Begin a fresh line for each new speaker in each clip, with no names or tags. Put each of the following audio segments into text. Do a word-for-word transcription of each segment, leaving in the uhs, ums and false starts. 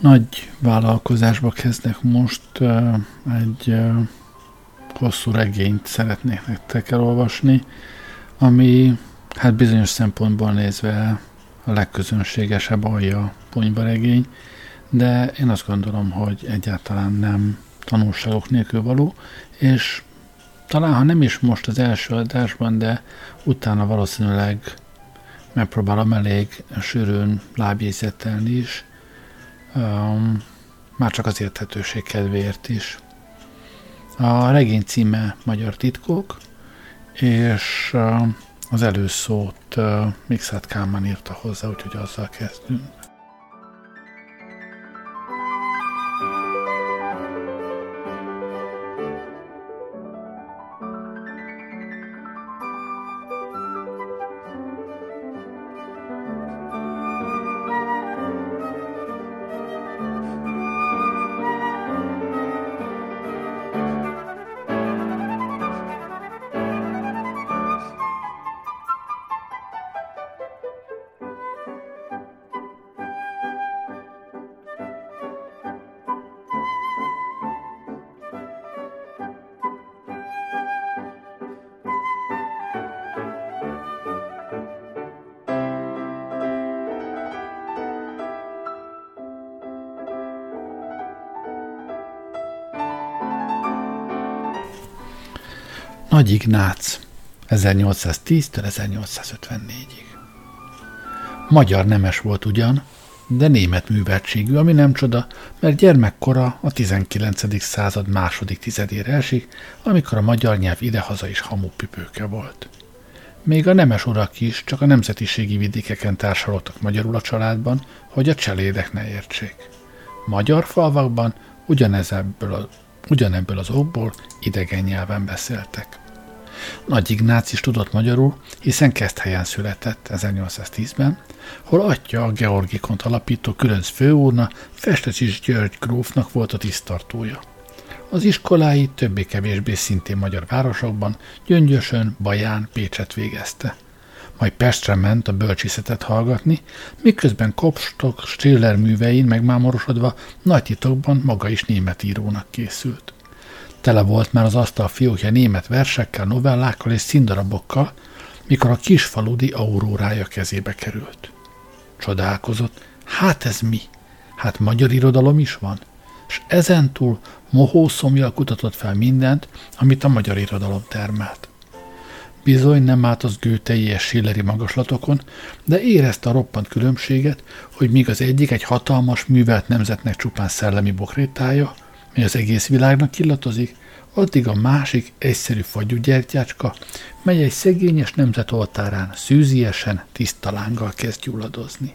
Nagy vállalkozásba kezdek most, egy hosszú regényt szeretnék nektek elolvasni, ami hát bizonyos szempontból nézve a legközönségesebb alja a ponyvaregény, de én azt gondolom, hogy egyáltalán nem tanulságok nélkül való, és talán, ha nem is most az első adásban, de utána valószínűleg megpróbálom elég sűrűn lábjegyzetelni is, um, már csak az érthetőség kedvéért is. A regény címe Magyar titkok, és uh, az előszót uh, Mikszáth Kálmán írta hozzá, úgyhogy azzal kezdünk. Nagy Ignác, ezernyolcszáztíztől ezernyolcszázötvennégyig. Magyar nemes volt ugyan, de német műveltségű, ami nem csoda, mert gyermekkora a tizenkilencedik század második tizedére esik, amikor a magyar nyelv idehaza is hamupipőke volt. Még a nemes urak is csak a nemzetiségi vidékeken társalogtak magyarul a családban, hogy a cselédek ne értsék. Magyar falvakban ugyanebből, a, ugyanebből az okból idegen nyelven beszéltek. Nagy Ignác is tudott magyarul, hiszen Keszthelyen született ezernyolcszáztízben, hol atya a Georgikont alapító Különc főúrna, Festetics György grófnak volt a tisztartója. Az iskoláit többé-kevésbé szintén magyar városokban, Gyöngyösön, Baján, Pécset végezte. Majd Pestre ment a bölcsészetet hallgatni, miközben Kopstok Stiller művein megmámorosodva nagy titokban maga is német írónak készült. Tele volt már az asztal fiókja német versekkel, novellákkal és színdarabokkal, mikor a kisfaludi aurórája kezébe került. Csodálkozott, hát ez mi? Hát magyar irodalom is van? S ezentúl mohószomjal kutatott fel mindent, amit a magyar irodalom termelt. Bizony nem állt az Goethei és Schilleri magaslatokon, de érezte a roppant különbséget, hogy míg az egyik egy hatalmas, művelt nemzetnek csupán szellemi bokrétája, mely az egész világnak illatozik, addig a másik egyszerű fagyúgyertyácska, mely egy szegényes nemzet oltárán szűziesen, tiszta lánggal kezd gyulladozni.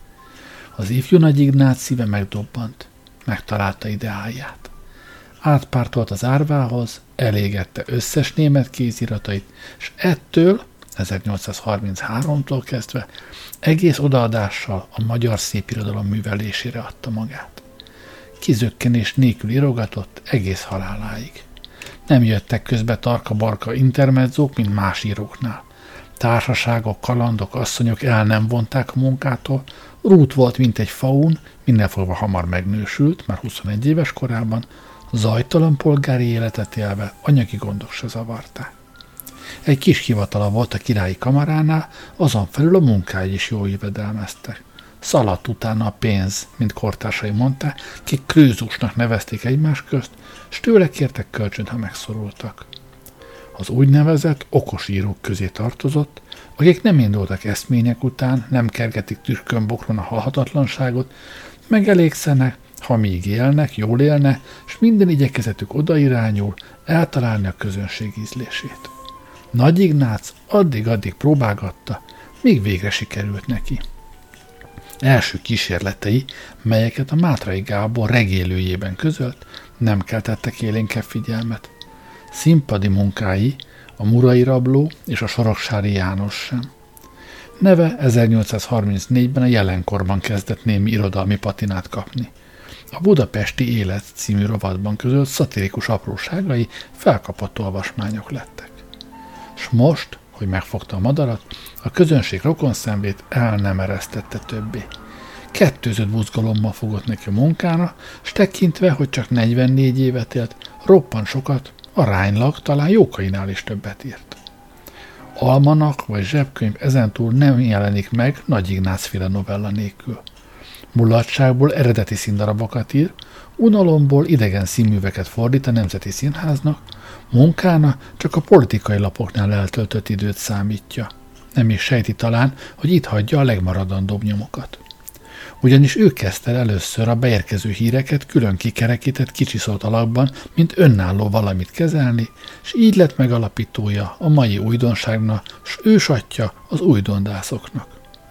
Az ifjú Nagy Ignác szíve megdobbant, megtalálta ideáját. Átpártolt az árvához, elégette összes német kéziratait, és ettől, ezernyolcszázharmincháromtól kezdve, egész odaadással a magyar szépirodalom művelésére adta magát. Kizökkenés nélkül írogatott egész haláláig. Nem jöttek közbe tarka-barka intermezzók, mint más íróknál. Társaságok, kalandok, asszonyok el nem vonták a munkától, rút volt, mint egy faun, mindenfogva hamar megnősült, már huszonegy éves korában, zajtalan polgári életet élve anyagi gondok se zavarták. Egy kis hivatala volt a királyi kamaránál, azon felül a munkái is jól jövedelmeztek. Szaladt utána a pénz, mint kortársai mondták, kik krőzusnak nevezték egymás közt, s tőle kértek kölcsönt, ha megszorultak. Az úgynevezett okos írók közé tartozott, akik nem indultak eszmények után, nem kergetik tüskönbokron a halhatatlanságot, megelégszenek, ha még élnek, jól élnek, s minden igyekezetük odairányul eltalálni a közönség ízlését. Nagy Ignác addig-addig próbálgatta, míg végre sikerült neki. Első kísérletei, melyeket a Mátrai Gábor regélőjében közölt, nem keltettek élénkebb figyelmet. Színpadi munkái, a Murai rabló és a Soroksári János sem. Neve ezernyolcszázharmincnégyben a Jelenkorban kezdett némi irodalmi patinát kapni. A Budapesti Élet című rovatban közölt szatirikus apróságai felkapott olvasmányok lettek. S most, hogy megfogta a madarat, a közönség rokonszenvét el nem eresztette többé. kettőzött buzgalommal fogott neki a munkára, s tekintve, hogy csak negyvennégy évet élt, roppant sokat, aránylag talán Jókainál is többet írt. Almanak vagy zsebkönyv ezentúl nem jelenik meg Nagy Ignác-féle novella nélkül. Mulatságból eredeti színdarabokat ír, unalomból idegen színműveket fordít a Nemzeti Színháznak, munkána csak a politikai lapoknál eltöltött időt számítja. Nem is sejti talán, hogy itt hagyja a legmaradandóbb nyomokat. Ugyanis ő kezdte először a beérkező híreket külön kikerekített kicsiszolt alakban, mint önálló valamit kezelni, és így lett megalapítója a mai újdonságnak, s ősatja az újdondászoknak.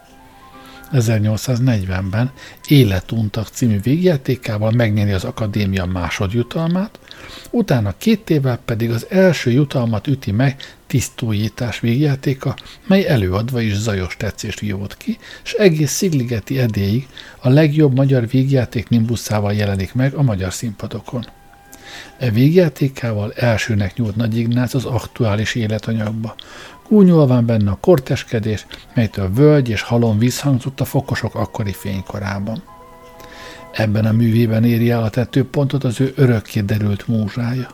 ezernyolcszáznegyvenben Életuntak című végjátékával megnyeri az akadémia másodjutalmát, utána két évvel pedig az első jutalmat üti meg Tisztóítás végjátéka, mely előadva is zajos tetszést vívott ki, és egész Szigligeti edéig a legjobb magyar végjáték nimbuszával jelenik meg a magyar színpadokon. E végjátékával elsőnek nyúlt Nagy Ignác az aktuális életanyagba, gúnyolván benne a korteskedés, melytől völgy és halom visszhangzott a fokosok akkori fénykorában. Ebben a művében éri el a tetőpontot az ő örökké derült múzsája.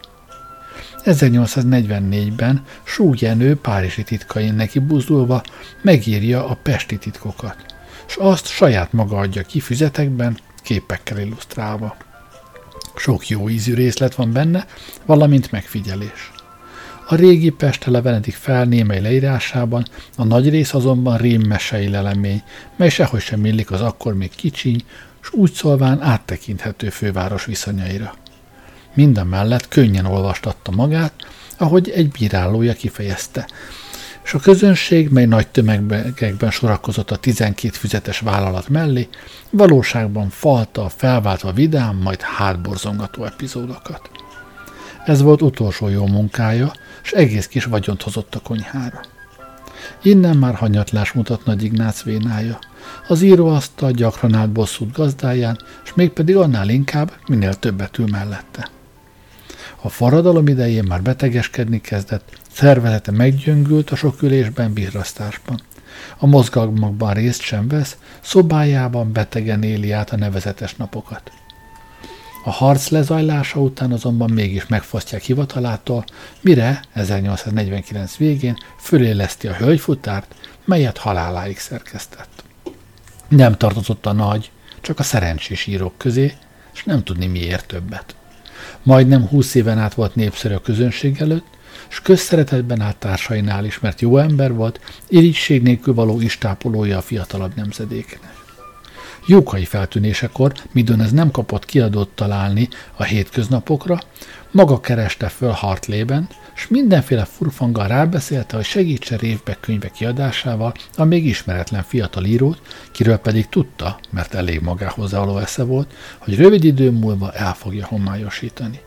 ezernyolcszáznegyvennégyben Súly Jenő párizsi titkain neki buzdulva megírja a pesti titkokat, s azt saját maga adja ki füzetekben, képekkel illusztrálva. Sok jó ízű részlet van benne, valamint megfigyelés. A régi Pest elevenedik fel némely leírásában, a nagy rész azonban rémmesei lelemény, mely sehogy sem illik az akkor még kicsiny, s úgy szólván áttekinthető főváros viszonyaira. Mindamellett könnyen olvastatta magát, ahogy egy bírálója kifejezte, és a közönség, mely nagy tömegekben sorakozott a tizenkét füzetes vállalat mellé, valóságban falta, felváltva vidám, majd hátborzongató epizódokat. Ez volt utolsó jó munkája, s egész kis vagyont hozott a konyhára. Innen már hanyatlás mutat Nagy Ignác vénája. Az íróasztal gyakran állt bosszút gazdáján, s mégpedig annál inkább, minél többet ül mellette. A forradalom idején már betegeskedni kezdett, szervezete meggyöngült a sok ülésben, bírasztásban. A mozgalmakban részt sem vesz, szobájában betegen éli át a nevezetes napokat. A harc lezajlása után azonban mégis megfosztják hivatalától, mire ezernyolcszáznegyvenkilenc végén föléleszti a hölgyfutárt, melyet haláláig szerkesztett. Nem tartozott a nagy, csak a szerencsés írók közé, és nem tudni miért többet. Majdnem húsz éven át volt népszerű a közönség előtt, s közszeretetben állt társainál is, mert jó ember volt, irigység nélkül való istápolója a fiatalabb nemzedéknek. Jókai feltűnésekor, midőn ez nem kapott kiadót találni a hétköznapokra, maga kereste föl Hartlében, s mindenféle furfanggal rábeszélte, hogy segítse Révbeck könyve kiadásával a még ismeretlen fiatal írót, kiről pedig tudta, mert elég magához való esze volt, hogy rövid idő múlva el fogja homályosítani.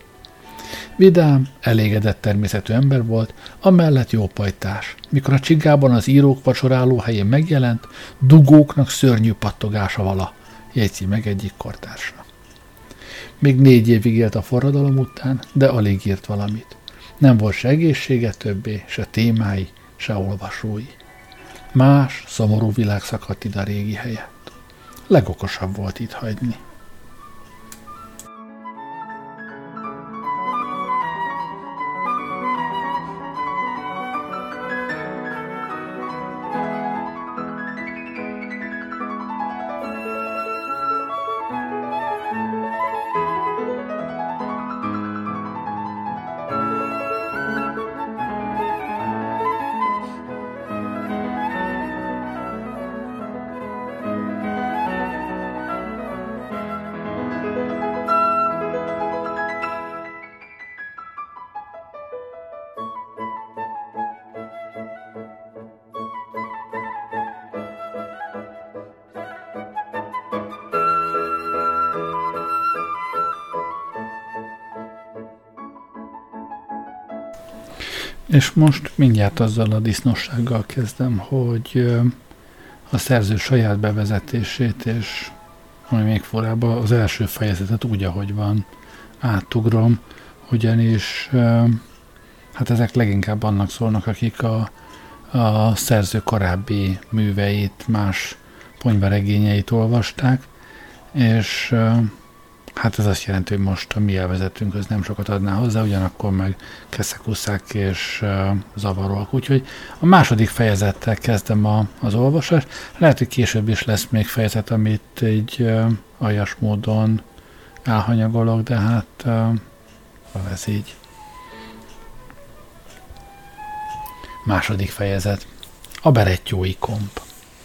Vidám, elégedett természetű ember volt, amellett jó pajtás. Mikor a csigában az írók vacsoráló helyén megjelent, dugóknak szörnyű pattogása vala, jegyzi meg egyik kortársa. Még négy évig élt a forradalom után, de alig írt valamit. Nem volt se egészsége többé, se témái, se olvasói. Más, szomorú világ szakadt ide a régi helyett. Legokosabb volt itt hagyni. És most mindjárt azzal a disznossággal kezdem, hogy a szerző saját bevezetését, és ami még forrábban az első fejezetet úgy, ahogy van, átugrom, ugyanis hát ezek leginkább annak szólnak, akik a, a szerző korábbi műveit, más ponyvaregényeit olvasták, és hát ez azt jelenti, hogy most a mi elvezetőnkhöz nem sokat adná hozzá, ugyanakkor meg keszekusszák és zavaróak. Úgyhogy a második fejezettel kezdem a, az olvasást. Lehet, hogy később is lesz még fejezet, amit így aljas módon elhanyagolok, de hát ez így. Második fejezet. A berettyói komp.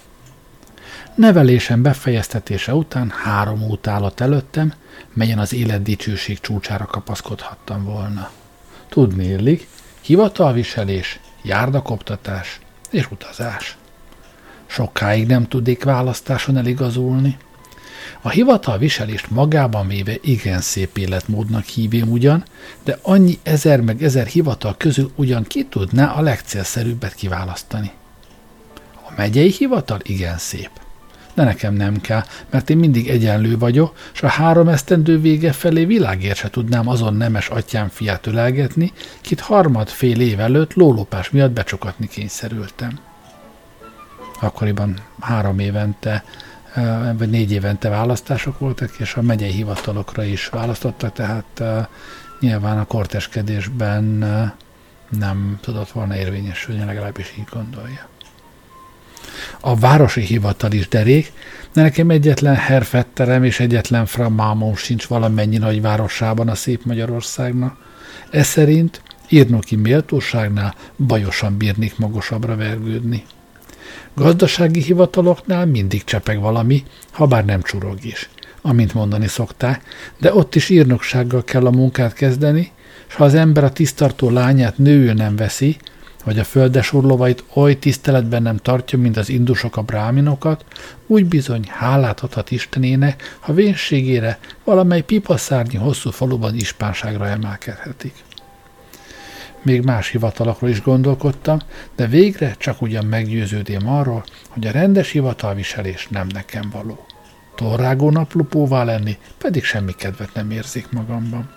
Nevelésem befejeztetése után három út állott előttem, melyen az élet dicsőség csúcsára kapaszkodhattam volna. Tudni illik, hivatalviselés, járdakoptatás és utazás. Sokáig nem tudnék választáson eligazulni. A hivatalviselést magában véve igen szép életmódnak hívém ugyan, de annyi ezer meg ezer hivatal közül ugyan ki tudná a legcélszerűbbet kiválasztani. A megyei hivatal igen szép. De nekem nem kell, mert én mindig egyenlő vagyok, s a három esztendő vége felé világért se tudnám azon nemes atyám fiát ölelgetni, kit harmad fél év előtt lólopás miatt becsukatni kényszerültem. Akkoriban három évente, vagy négy évente választások voltak, és a megyei hivatalokra is választottak, tehát nyilván a korteskedésben nem tudott volna érvényesülni, legalábbis így gondolja. A városi hivatal is derék, de nekem egyetlen herfetterem és egyetlen framámom sincs valamennyi nagy városában a szép Magyarországnak. Ez szerint írnoki méltóságnál bajosan bírnék magasabbra vergődni. Gazdasági hivataloknál mindig csepeg valami, ha bár nem csurog is, amint mondani szokták, de ott is írnoksággal kell a munkát kezdeni, s ha az ember a tisztartó lányát nőül nem veszi, vagy a földesurlovait oly tiszteletben nem tartja, mint az indusok a bráminokat, úgy bizony hálát adhat Istenének, ha vénségére valamely pipaszárnyi hosszú faluban ispánságra emelkedhetik. Még más hivatalokról is gondolkodtam, de végre csak ugyan meggyőződém arról, hogy a rendes hivatalviselés nem nekem való. Torrágó naplopóvá lenni pedig semmi kedvet nem érzik magamban.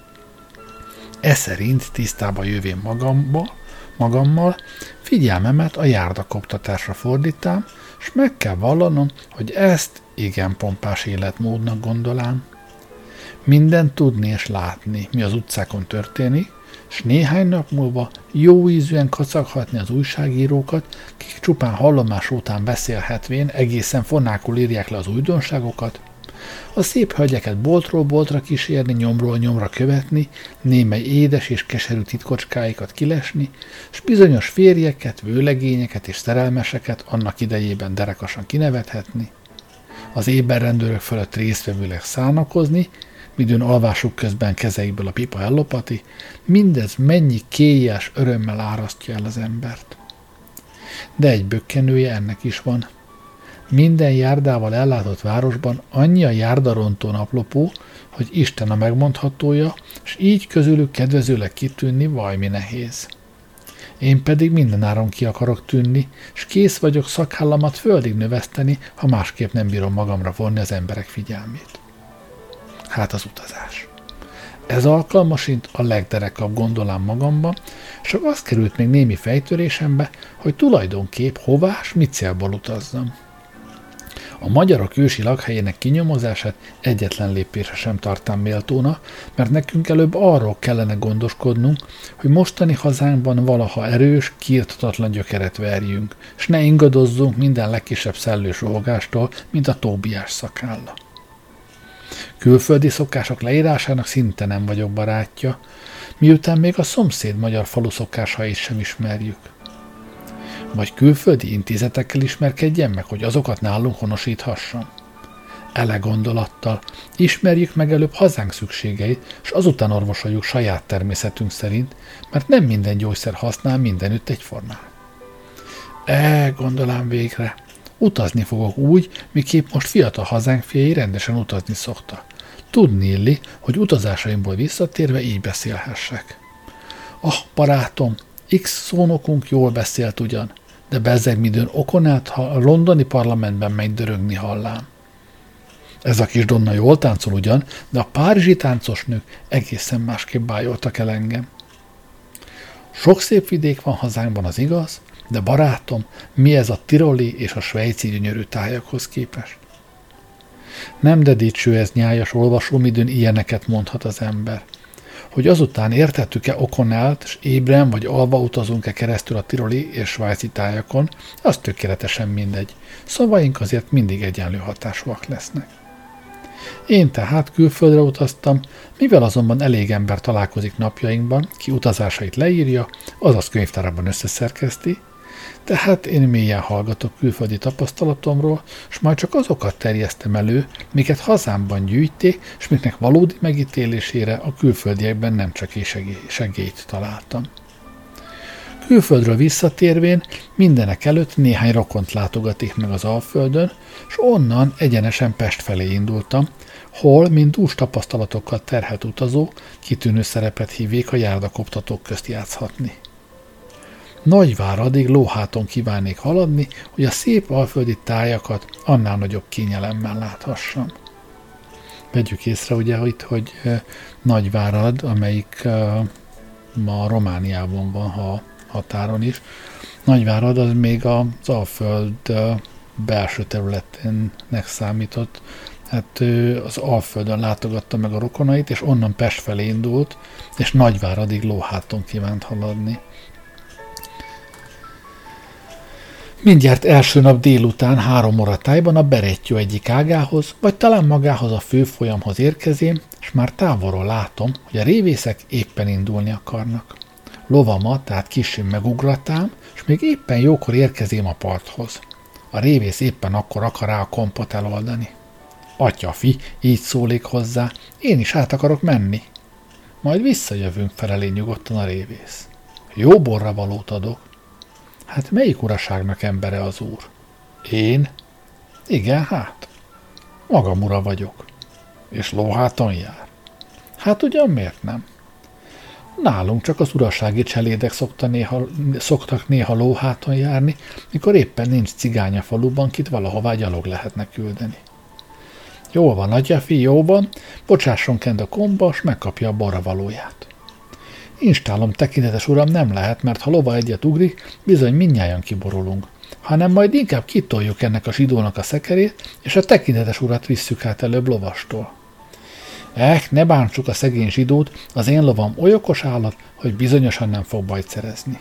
E szerint tisztába jövén magamba, magammal, figyelmemet a járdakoptatásra fordítám, és meg kell vallanom, hogy ezt igen pompás életmódnak gondolám. Mindent tudni és látni, mi az utcákon történik, és néhány nap múlva jó ízűen kacaghatni az újságírókat, kik csupán hallomás után beszélhetvén egészen fonákul írják le az újdonságokat, a szép hölgyeket boltról boltra kísérni, nyomról nyomra követni, némely édes és keserű titkocskáikat kilesni, s bizonyos férjeket, vőlegényeket és szerelmeseket annak idejében derekasan kinevethetni, az éberrendőrök fölött résztvevőleg szánakozni, midőn alvásuk közben kezeikből a pipa ellopati, mindez mennyi kélyes örömmel árasztja el az embert. De egy bökkenője ennek is van. Minden járdával ellátott városban annyi a járdarontó naplopó, hogy Isten a megmondhatója, és így közülük kedvezőleg kitűnni vajmi nehéz. Én pedig mindenáron ki akarok tűnni, és kész vagyok szakhállamat földig növeszteni, ha másképp nem bírom magamra vonni az emberek figyelmét. Hát az utazás. Ez alkalmasint a legderekabb gondolám magamban, csak az került még némi fejtörésembe, hogy tulajdonképp hová s mit célból utazzam. A magyarok ősi lakhelyének kinyomozását egyetlen lépésre sem tartám méltóna, mert nekünk előbb arról kellene gondoskodnunk, hogy mostani hazánkban valaha erős, kiirtatatlan gyökeret verjünk, s ne ingadozzunk minden legkisebb szellős rohogástól, mint a Tóbiás szakálla. Külföldi szokások leírásának szinte nem vagyok barátja, miután még a szomszéd magyar falu szokásait sem ismerjük. Vagy külföldi intézetekkel ismerkedjen meg, hogy azokat nálunk honosíthassam. Ele gondolattal ismerjük meg előbb hazánk szükségeit, és azután orvosoljuk saját természetünk szerint, mert nem minden gyógyszer használ mindenütt egyformán. E, gondolám végre, utazni fogok úgy, miképp most fiatal hazánk fiai rendesen utazni szokta. Tudni illi, hogy utazásaimból visszatérve így beszélhessek. Ah, barátom, X szónokunk jól beszélt ugyan, de bezzeg midőn okon át, ha a londoni parlamentben megy dörögni hallám. Ez a kis Donna jól táncol ugyan, de a párizsi táncosnők egészen másképp bájoltak el engem. Sok szép vidék van hazánkban, az igaz, de barátom, mi ez a tiroli és a svejci gyönyörű tájakhoz képest? Nem de dicső ez, nyájas olvasó, midőn ilyeneket mondhat az ember. Hogy azután értettük-e O'Connellt, és ébren vagy alva utazunk-e keresztül a tiroli és svájci tájakon, az tökéletesen mindegy. Szavaink azért mindig egyenlő hatásúak lesznek. Én tehát külföldre utaztam, mivel azonban elég ember találkozik napjainkban, ki utazásait leírja, azaz könyvtárában összeszerkeszti, tehát én mélyen hallgatok külföldi tapasztalatomról, és majd csak azokat terjesztem elő, miket hazámban gyűjték, és miknek valódi megítélésére a külföldiekben nem csak segélyt találtam. Külföldről visszatérvén mindenek előtt néhány rokont látogatik meg az Alföldön, és onnan egyenesen Pest felé indultam, hol, mint dús tapasztalatokkal terhelt utazó, kitűnő szerepet hívék a járdakoptatók közt játszhatni. Nagyváradig lóháton kívánnék haladni, hogy a szép alföldi tájakat annál nagyobb kényelemmel láthassam. Vegyük észre ugye itt, hogy Nagyvárad, amelyik ma Romániában van, ha határon is. Nagyvárad az még az Alföld belső területének számított. Hát ő az Alföldön látogatta meg a rokonait, és onnan Pest felé indult, és Nagyváradig lóháton kívánt haladni. Mindjárt első nap délután három óra tájban a Berettyó egyik ágához, vagy talán magához a főfolyamhoz érkezém, és már távolról látom, hogy a révészek éppen indulni akarnak. Lovamat tehát kissé megugratám, és még éppen jókor érkezém a parthoz. A révész éppen akkor akar rá a kompot eloldani. Atyafi, így szólik hozzá, én is át akarok menni. Majd visszajövünk, felelé nyugodtan a révész. Jó borra valót adok. Hát melyik uraságnak embere az úr? Én? Igen, hát. Magam ura vagyok. És lóháton jár? Hát ugyan miért nem? Nálunk csak az urasági cselédek szokta néha, szoktak néha lóháton járni, mikor éppen nincs cigány a faluban, kit valahová gyalog lehetne küldeni. Jól van, atyafi, jó van, bocsásson kend a komba, s megkapja a borravalóját. Instálom, tekintetes uram, nem lehet, mert ha lova egyet ugrik, bizony mindnyájan kiborulunk, hanem majd inkább kitoljuk ennek a zsidónak a szekerét, és a tekintetes urat visszük át előbb lovastól. Eh, ne bántsuk a szegény zsidót, az én lovam oly okos állat, hogy bizonyosan nem fog bajt szerezni.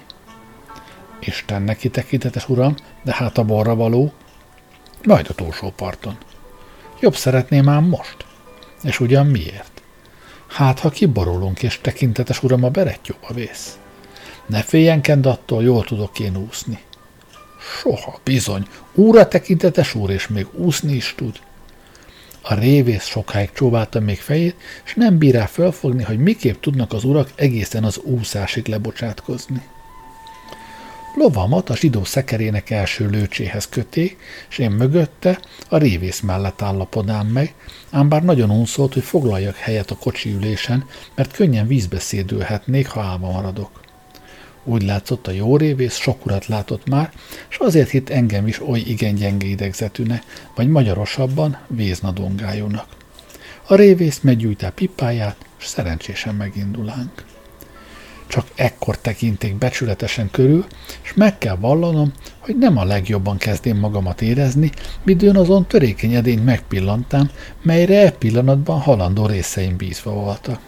Isten neki, tekintetes uram, de hát a borravaló, majd a túlsó parton. Jobb szeretném ám most. És ugyan miért? Hát, ha kiborulunk, és tekintetes uram a Berettyóba vész. Ne féljen kend attól, jól tudok én úszni. Soha, bizony, úra tekintetes úr, és még úszni is tud. A révész sokáig csóválta még fejét, és nem bír rá fölfogni, hogy miképp tudnak az urak egészen az úszásig lebocsátkozni. Lovamat a zsidó szekerének első lőcséhez köték, és én mögötte a révész mellett állapodám meg, ám bár nagyon unszolt, hogy foglaljak helyet a kocsi ülésen, mert könnyen vízbe szédülhetnék, ha álva maradok. Úgy látszott, a jó révész sok urat látott már, és azért hitt engem is oly igen gyenge idegzetűnek, vagy magyarosabban véznadongájónak. A révész meggyújtá pipáját, és szerencsésen megindulánk. Csak ekkor tekinték becsületesen körül, és meg kell vallanom, hogy nem a legjobban kezdém magamat érezni, midőn azon törékeny edényt megpillantám, melyre e pillanatban halandó részeim bízva voltak.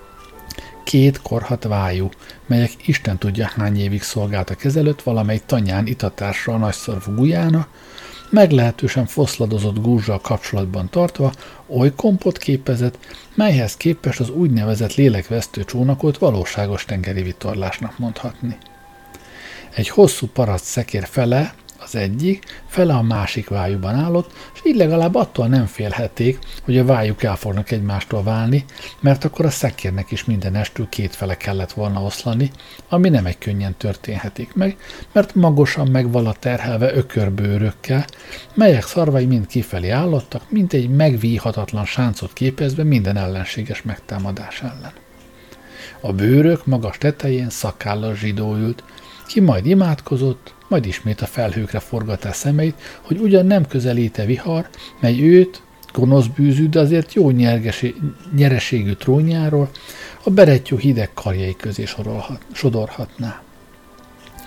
Két korhat vájú, melyek Isten tudja hány évig szolgáltak ezelőtt valamely tanyán itatársra a nagyszarvú Gulyána, meglehetősen foszladozott gúzsal kapcsolatban tartva oly kompot képezett, melyhez képest az úgynevezett lélekvesztő csónakot valóságos tengeri vitorlásnak mondhatni. Egy hosszú paraszt szekér fele, az egyik, fele a másik vájúban állott, és így legalább attól nem félhették, hogy a vájuk el fognak egymástól válni, mert akkor a szekérnek is mindenestül kétfele kellett volna oszlani, ami nem egy könnyen történhetik meg, mert magosan megvala terhelve ökörbőrökkel, melyek szarvai mind kifelé állottak, mint egy megvíjhatatlan sáncot képezve minden ellenséges megtámadás ellen. A bőrök magas tetején szakállas zsidó ült, ki majd imádkozott, majd ismét a felhőkre forgatta szemeit, hogy ugyan nem közelíte vihar, mely őt, gonosz bűzű, de azért jó nyergesi, nyereségű trónjáról a Berettyó hideg karjai közé sorolhat, sodorhatná.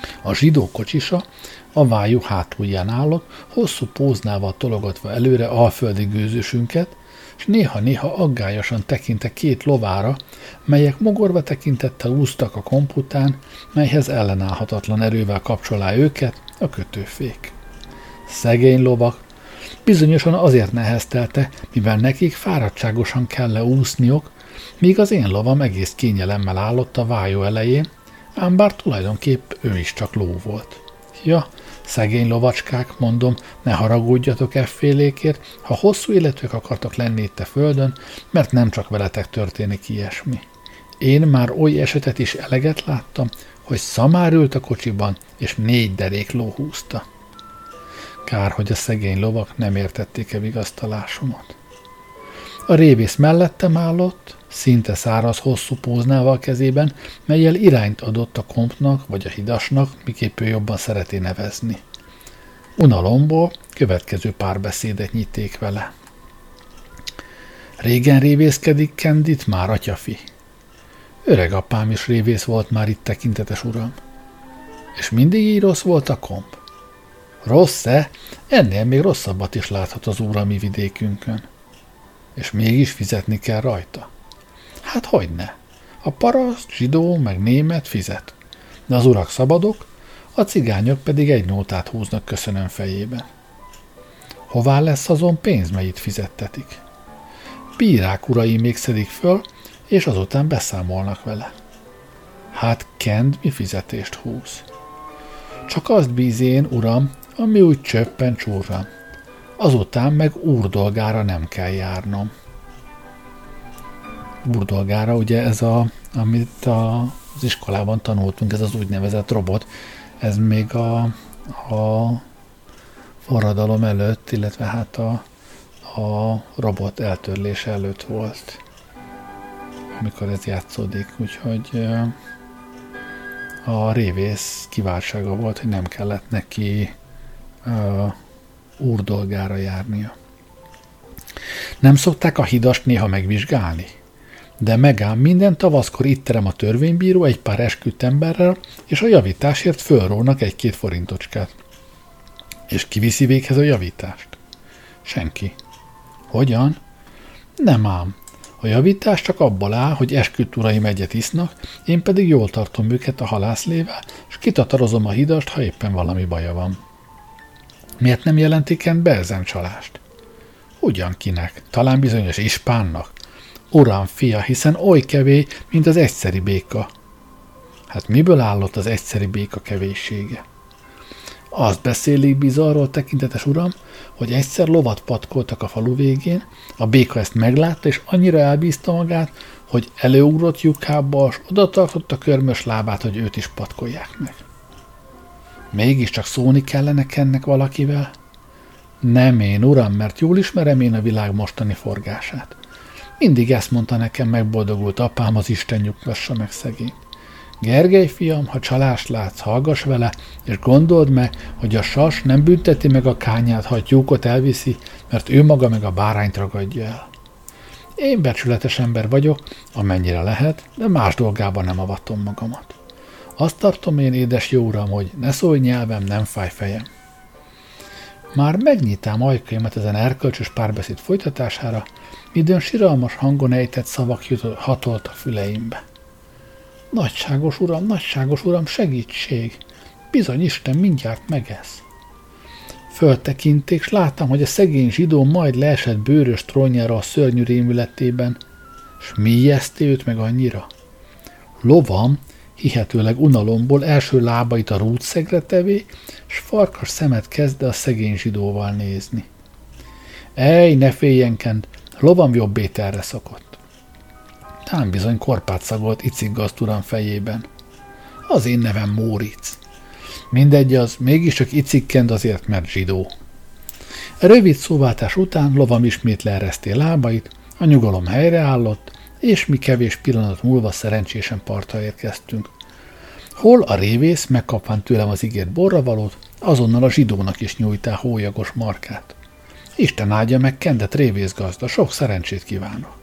A zsidó kocsisa a vájú hátulján állott, hosszú póznával tologatva előre alföldi gőzösünket, és néha-néha aggályosan tekinte két lovára, melyek mogorva tekintettel úsztak a kompután, melyhez ellenállhatatlan erővel kapcsolá őket a kötőfék. Szegény lovak bizonyosan azért neheztelte, mivel nekik fáradtságosan kell leúszniok, míg az én lovam egész kényelemmel állott a vájó elején, ám bár tulajdonképp ő is csak ló volt. Ja, szegény lovacskák, mondom, ne haragudjatok effélékért, ha hosszú életűek akartok lenni itt a földön, mert nem csak veletek történik ilyesmi. Én már oly esetet is eleget láttam, hogy szamár ült a kocsiban, és négy derék ló húzta. Kár, hogy a szegény lovak nem értették-e vigasztalásomat. A révész mellettem állott, szinte száraz hosszú póznával kezében, mellyel irányt adott a kompnak vagy a hidasnak, miképp ő jobban szereti nevezni. Unalomból következő párbeszédet nyitték vele. Régen révészkedik Kendit már, atyafi. Öreg apám is révész volt már itt, tekintetes uram. És mindig így rossz volt a komp? Rossz-e? Ennél még rosszabbat is láthat az úr a mi vidékünkön. És mégis fizetni kell rajta. Hát hogyne? A paraszt, zsidó, meg német fizet. De az urak szabadok, a cigányok pedig egy nótát húznak köszönöm fejében. Hová lesz azon pénz, melyit fizettetik? Bírák urai még szedik föl, és azután beszámolnak vele. Hát Kend mi fizetést húz? Csak azt bízén, uram, ami úgy csöppen csúrran. Azután meg úrdolgára nem kell járnom. Úrdolgára, ugye ez a, amit a, az iskolában tanultunk, ez az úgynevezett robot, ez még a, a forradalom előtt, illetve hát a, a robot eltörlése előtt volt, amikor ez játszódik, úgyhogy a révész kiváltsága volt, hogy nem kellett neki uh, úrdolgára járnia. Nem szokták a hidast néha megvizsgálni? De megám minden tavaszkor itt terem a törvénybíró egy pár esküdt emberrel, és a javításért fölrónak egy-két forintocskát. És ki viszi véghez a javítást? Senki. Hogyan? Nem ám. A javítás csak abból áll, hogy esküdt uraim egyet isznak, én pedig jól tartom őket a halászlével, és kitatarozom a hidast, ha éppen valami baja van. Miért nem jelentik be ezen csalást? Ugyan kinek? Talán bizonyos ispánnak? Uram, fia, hiszen oly kevés, mint az egyszeri béka. Hát miből állott az egyszeri béka kevéssége? Azt beszélik bizarról, tekintetes uram, hogy egyszer lovat patkoltak a falu végén, a béka ezt meglátta, és annyira elbízta magát, hogy előugrott lyukába, és oda tartotta körmös lábát, hogy őt is patkolják meg. Mégiscsak szólni kellene ennek valakivel? Nem én, uram, mert jól ismerem én a világ mostani forgását. Mindig ezt mondta nekem megboldogult apám, az Isten nyugtassa meg szegényt. Gergely, fiam, ha csalást látsz, hallgass vele, és gondold meg, hogy a sas nem bünteti meg a kányát, ha a tyúkot elviszi, mert ő maga meg a bárányt ragadja el. Én becsületes ember vagyok, amennyire lehet, de más dolgában nem avatom magamat. Azt tartom én, édes jó uram, hogy ne szólj nyelvem, nem fáj fejem. Már megnyitám ajkaimat ezen erkölcsös párbeszéd folytatására, midőn siralmas hangon ejtett szavak hatolt a füleimbe. Nagyságos uram, nagyságos uram, segítség! Bizony Isten mindjárt megesz. Föltekinték, s láttam, hogy a szegény zsidó majd leesett bőrös trónjára a szörnyű rémületében, s mi ijeszti őt meg annyira? Lovam, hihetőleg unalomból első lábait a rúdszegre tevé, s farkas szemet kezdte a szegény zsidóval nézni. Ej, ne féljenkend, lovam jobb ételre szokott. Tám bizony korpát szagolt iciggaszt uram fejében. Az én nevem Móric. Mindegy az, mégiscsak icikkend azért, mert zsidó. A rövid szóváltás után lovam ismét leereszté lábait, a nyugalom helyreállott, és mi kevés pillanat múlva szerencsésen partra érkeztünk. Hol a révész, megkapván tőlem az ígért borravalót, azonnal a zsidónak is nyújtál hólyagos markát. Isten áldja meg Kendet révészgazda, sok szerencsét kívánok.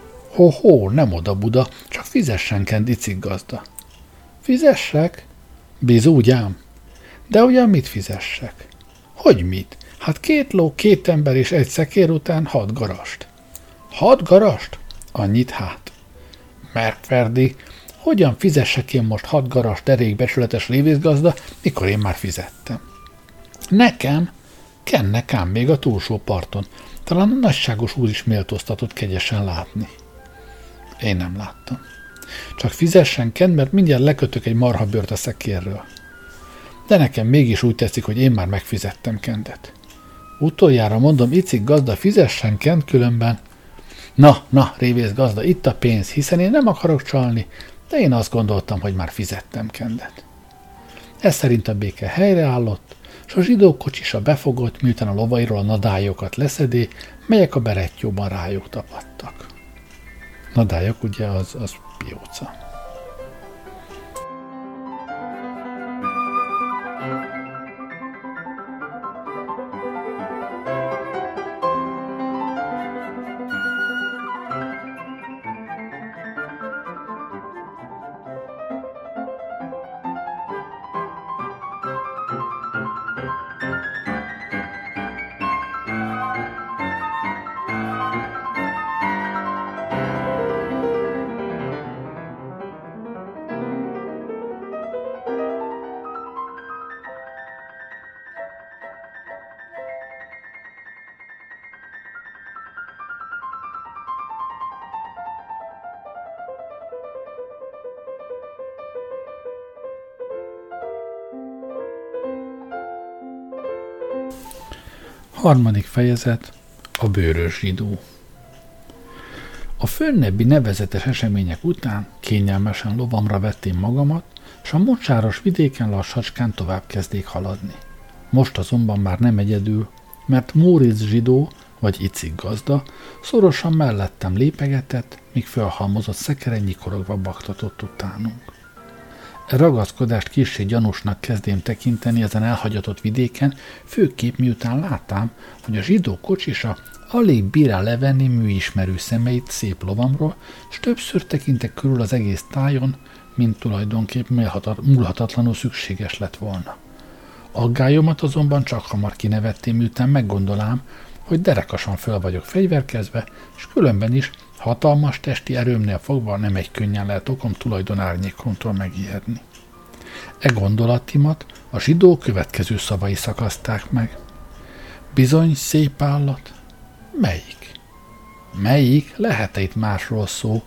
Ho-ho, nem oda Buda, csak fizessen Kend iciggazda. Fizessek? Bizony ám. De ugyan mit fizessek? Hogy mit? Hát két ló, két ember és egy szekér után hat garast. Hat garast? Annyit hát. Merkverdi, hogyan fizessek én most hat garast derékbecsületes révészgazda, mikor én már fizettem? Nekem? Kennek ám még a túlsó parton. Talán a nagyságos úr is méltóztatott kegyesen látni. Én nem láttam. Csak fizessen Ken, mert mindjárt lekötök egy marhabőrt a szekérről. De nekem mégis úgy tetszik, hogy én már megfizettem Kendet. Utoljára mondom, icik gazda, fizessen Kent, különben. Na, na, révész gazda, itt a pénz, hiszen én nem akarok csalni, de én azt gondoltam, hogy már fizettem Kendet. Ez szerint a béke helyreállott, s a zsidó kocsisa befogott, miután a lovairól a nadályokat leszedé, melyek a berettyóban rájuk tapadtak. Nadályok ugye az, az pióca. Harmadik fejezet, a bőrös zsidó. A fönnebbi nevezetes események után kényelmesen lovamra vettem magamat, s a mocsáros vidéken lassacskán tovább kezdték haladni. Most azonban már nem egyedül, mert Móricz zsidó, vagy icik gazda, szorosan mellettem lépegetett, míg fölhalmozott szekere nyikorogva baktatott utánunk. E ragaszkodást kissé gyanúsnak kezdém tekinteni ezen elhagyatott vidéken, főképp miután látám, hogy a zsidó kocsisa alig bírá levenni műismerő szemeit szép lovamról, s többször tekintek körül az egész tájon, mint tulajdonképp múlhatatlanul szükséges lett volna. Aggályomat azonban csak hamar kinevettem, miután meggondolám, hogy derekasan föl vagyok fegyverkezve, s különben is hatalmas testi erőmnél fogva nem egy könnyen lehet okom tulajdon árnyékomtól megijedni. E gondolatimat a zsidó következő szavai szakaszták meg. Bizony, szép állat. Melyik? Melyik? Lehet-e itt másról szó,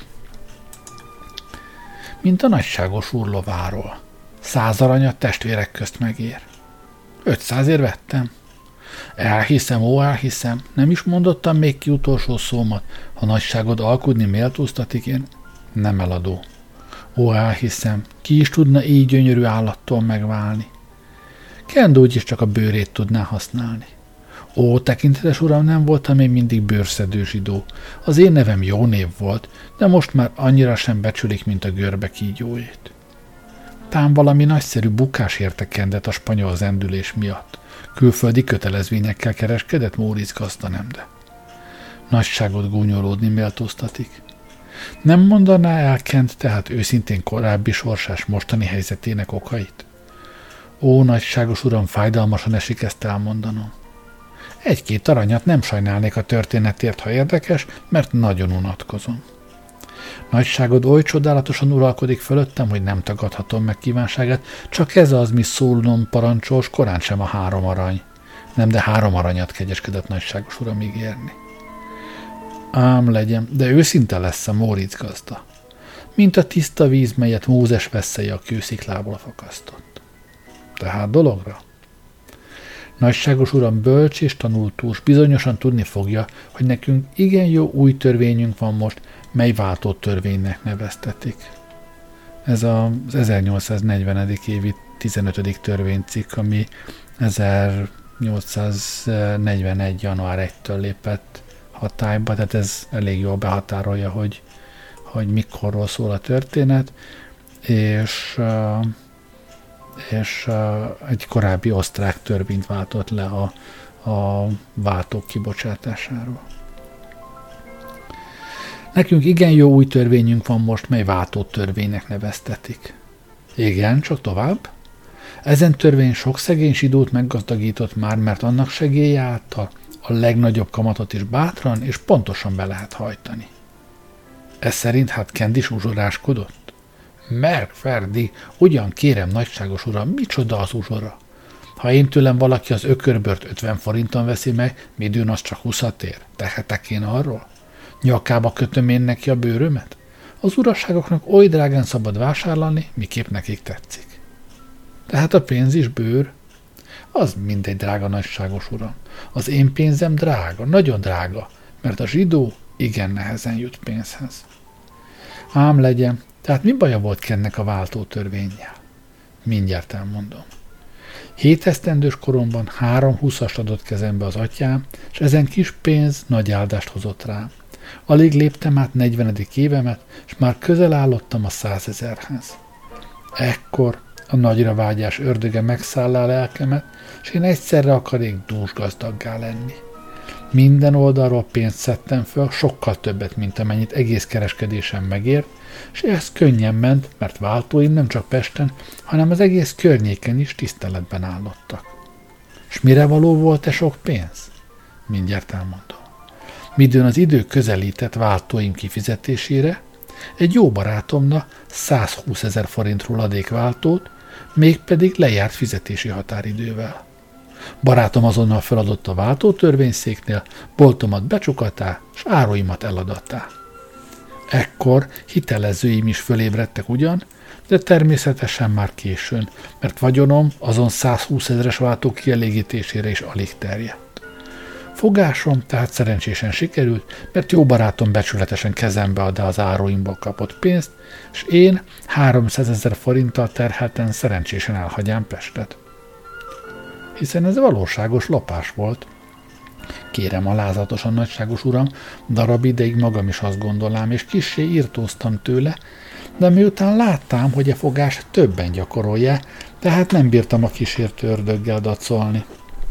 mint a nagyságos úr lováról? Száz aranyat testvérek közt megér. Ötszázért vettem. Elhiszem, ó, elhiszem, nem is mondottam még ki utolsó szómat, ha nagyságod alkudni méltóztatik, én nem eladó. Ó, elhiszem, ki is tudna így gyönyörű állattól megválni. Kend úgyis csak a bőrét tudná használni. Ó, tekintetes uram, nem voltam én mindig bőrszedő zsidó. Az én nevem jó név volt, de most már annyira sem becsülik, mint a görbe kígyójét. Tám valami nagyszerű bukás érte Kendet a spanyol zendülés miatt. Külföldi kötelezvényekkel kereskedett Móricz gazda, nem de. Nagyságot gúnyolódni méltóztatik. Nem mondaná el Kent tehát őszintén korábbi sorsás mostani helyzetének okait? Ó, nagyságos uram, fájdalmasan esik ezt elmondanom. Egy-két aranyat nem sajnálnék a történetért, ha érdekes, mert nagyon unatkozom. Nagyságod oly csodálatosan uralkodik fölöttem, hogy nem tagadhatom meg kívánságát, csak ez az, mi szólnom parancsos, korán sem a három arany. Nem, de három aranyat kegyeskedett nagyságos uram ígérni. Ám legyen, de őszinte lesz a Móricz gazda, mint a tiszta víz, melyet Mózes vesszelye a kősziklából fakasztott. Tehát dologra? Nagyságos uram bölcs és tanultús, bizonyosan tudni fogja, hogy nekünk igen jó új törvényünk van most, mely váltó törvénynek neveztetik. Ez az ezernyolcszáznegyvenedik évi tizenötödik törvénycikk, ami ezernyolcszáznegyvenegy. január elsejétől lépett hatályba, tehát ez elég jól behatárolja, hogy, hogy mikorról szól a történet, és, és egy korábbi osztrák törvényt váltott le a, a váltók kibocsátásáról. Nekünk igen jó új törvényünk van most, mely váltó törvénynek neveztetik. Igen, csak tovább. Ezen törvény sok szegény zsidót meggazdagított már, mert annak segélye által a legnagyobb kamatot is bátran és pontosan be lehet hajtani. Ez szerint hát Kend is uzsoráskodott? Merk, Ferdi, ugyan kérem, nagyságos uram, micsoda az uzsora? Ha én tőlem valaki az ökörbört ötven forinton veszi meg, midőn az csak húszat ér. Tehetek én arról? Nyakába kötöm én neki a bőrömet? Az uraságoknak oly drágán szabad vásárolni, miképp nekik tetszik. Tehát a pénz is bőr? Az mindegy, drága nagyságos uram. Az én pénzem drága, nagyon drága, mert a zsidó igen nehezen jut pénzhez. Ám legyen, tehát mi baja volt Kennek a váltó törvénnyel? Mindjárt elmondom. Hét esztendős koromban három húszast adott kezembe az atyám, és ezen kis pénz nagy áldást hozott rám. Alig léptem át negyvenedik évemet, és már közel állottam a százezerhez. Ekkor a nagyra vágyás ördöge megszállá lelkemet, és én egyszerre akarék dúsgazdaggá lenni. Minden oldalról pénzt szedtem föl, sokkal többet, mint amennyit egész kereskedésem megért, és ez könnyen ment, mert váltóim nem csak Pesten, hanem az egész környéken is tiszteletben állottak. S mire való volt e sok pénz? Mindjárt elmondom. Midőn az idő közelített váltóim kifizetésére, egy jó barátomnak százhúszezer forintról adék váltót, mégpedig lejárt fizetési határidővel. Barátom azonnal feladott a váltótörvényszéknél, boltomat becsukatá, s áruimat eladatá. Ekkor hitelezőim is fölébredtek ugyan, de természetesen már későn, mert vagyonom azon százhúszezeres váltó kielégítésére is alig terjedt. Fogásom tehát szerencsésen sikerült, mert jó barátom becsületesen kezembe adta az áruimból kapott pénzt, és én háromszázezer forinttal terhelten szerencsésen elhagyám Pestet. Hiszen ez valóságos lopás volt. Kérem alázatosan, nagyságos uram, darab ideig magam is azt gondolám, és kissé írtóztam tőle, de miután láttam, hogy a fogás többen gyakorolja, tehát nem bírtam a kísértő ördöggel dacolni.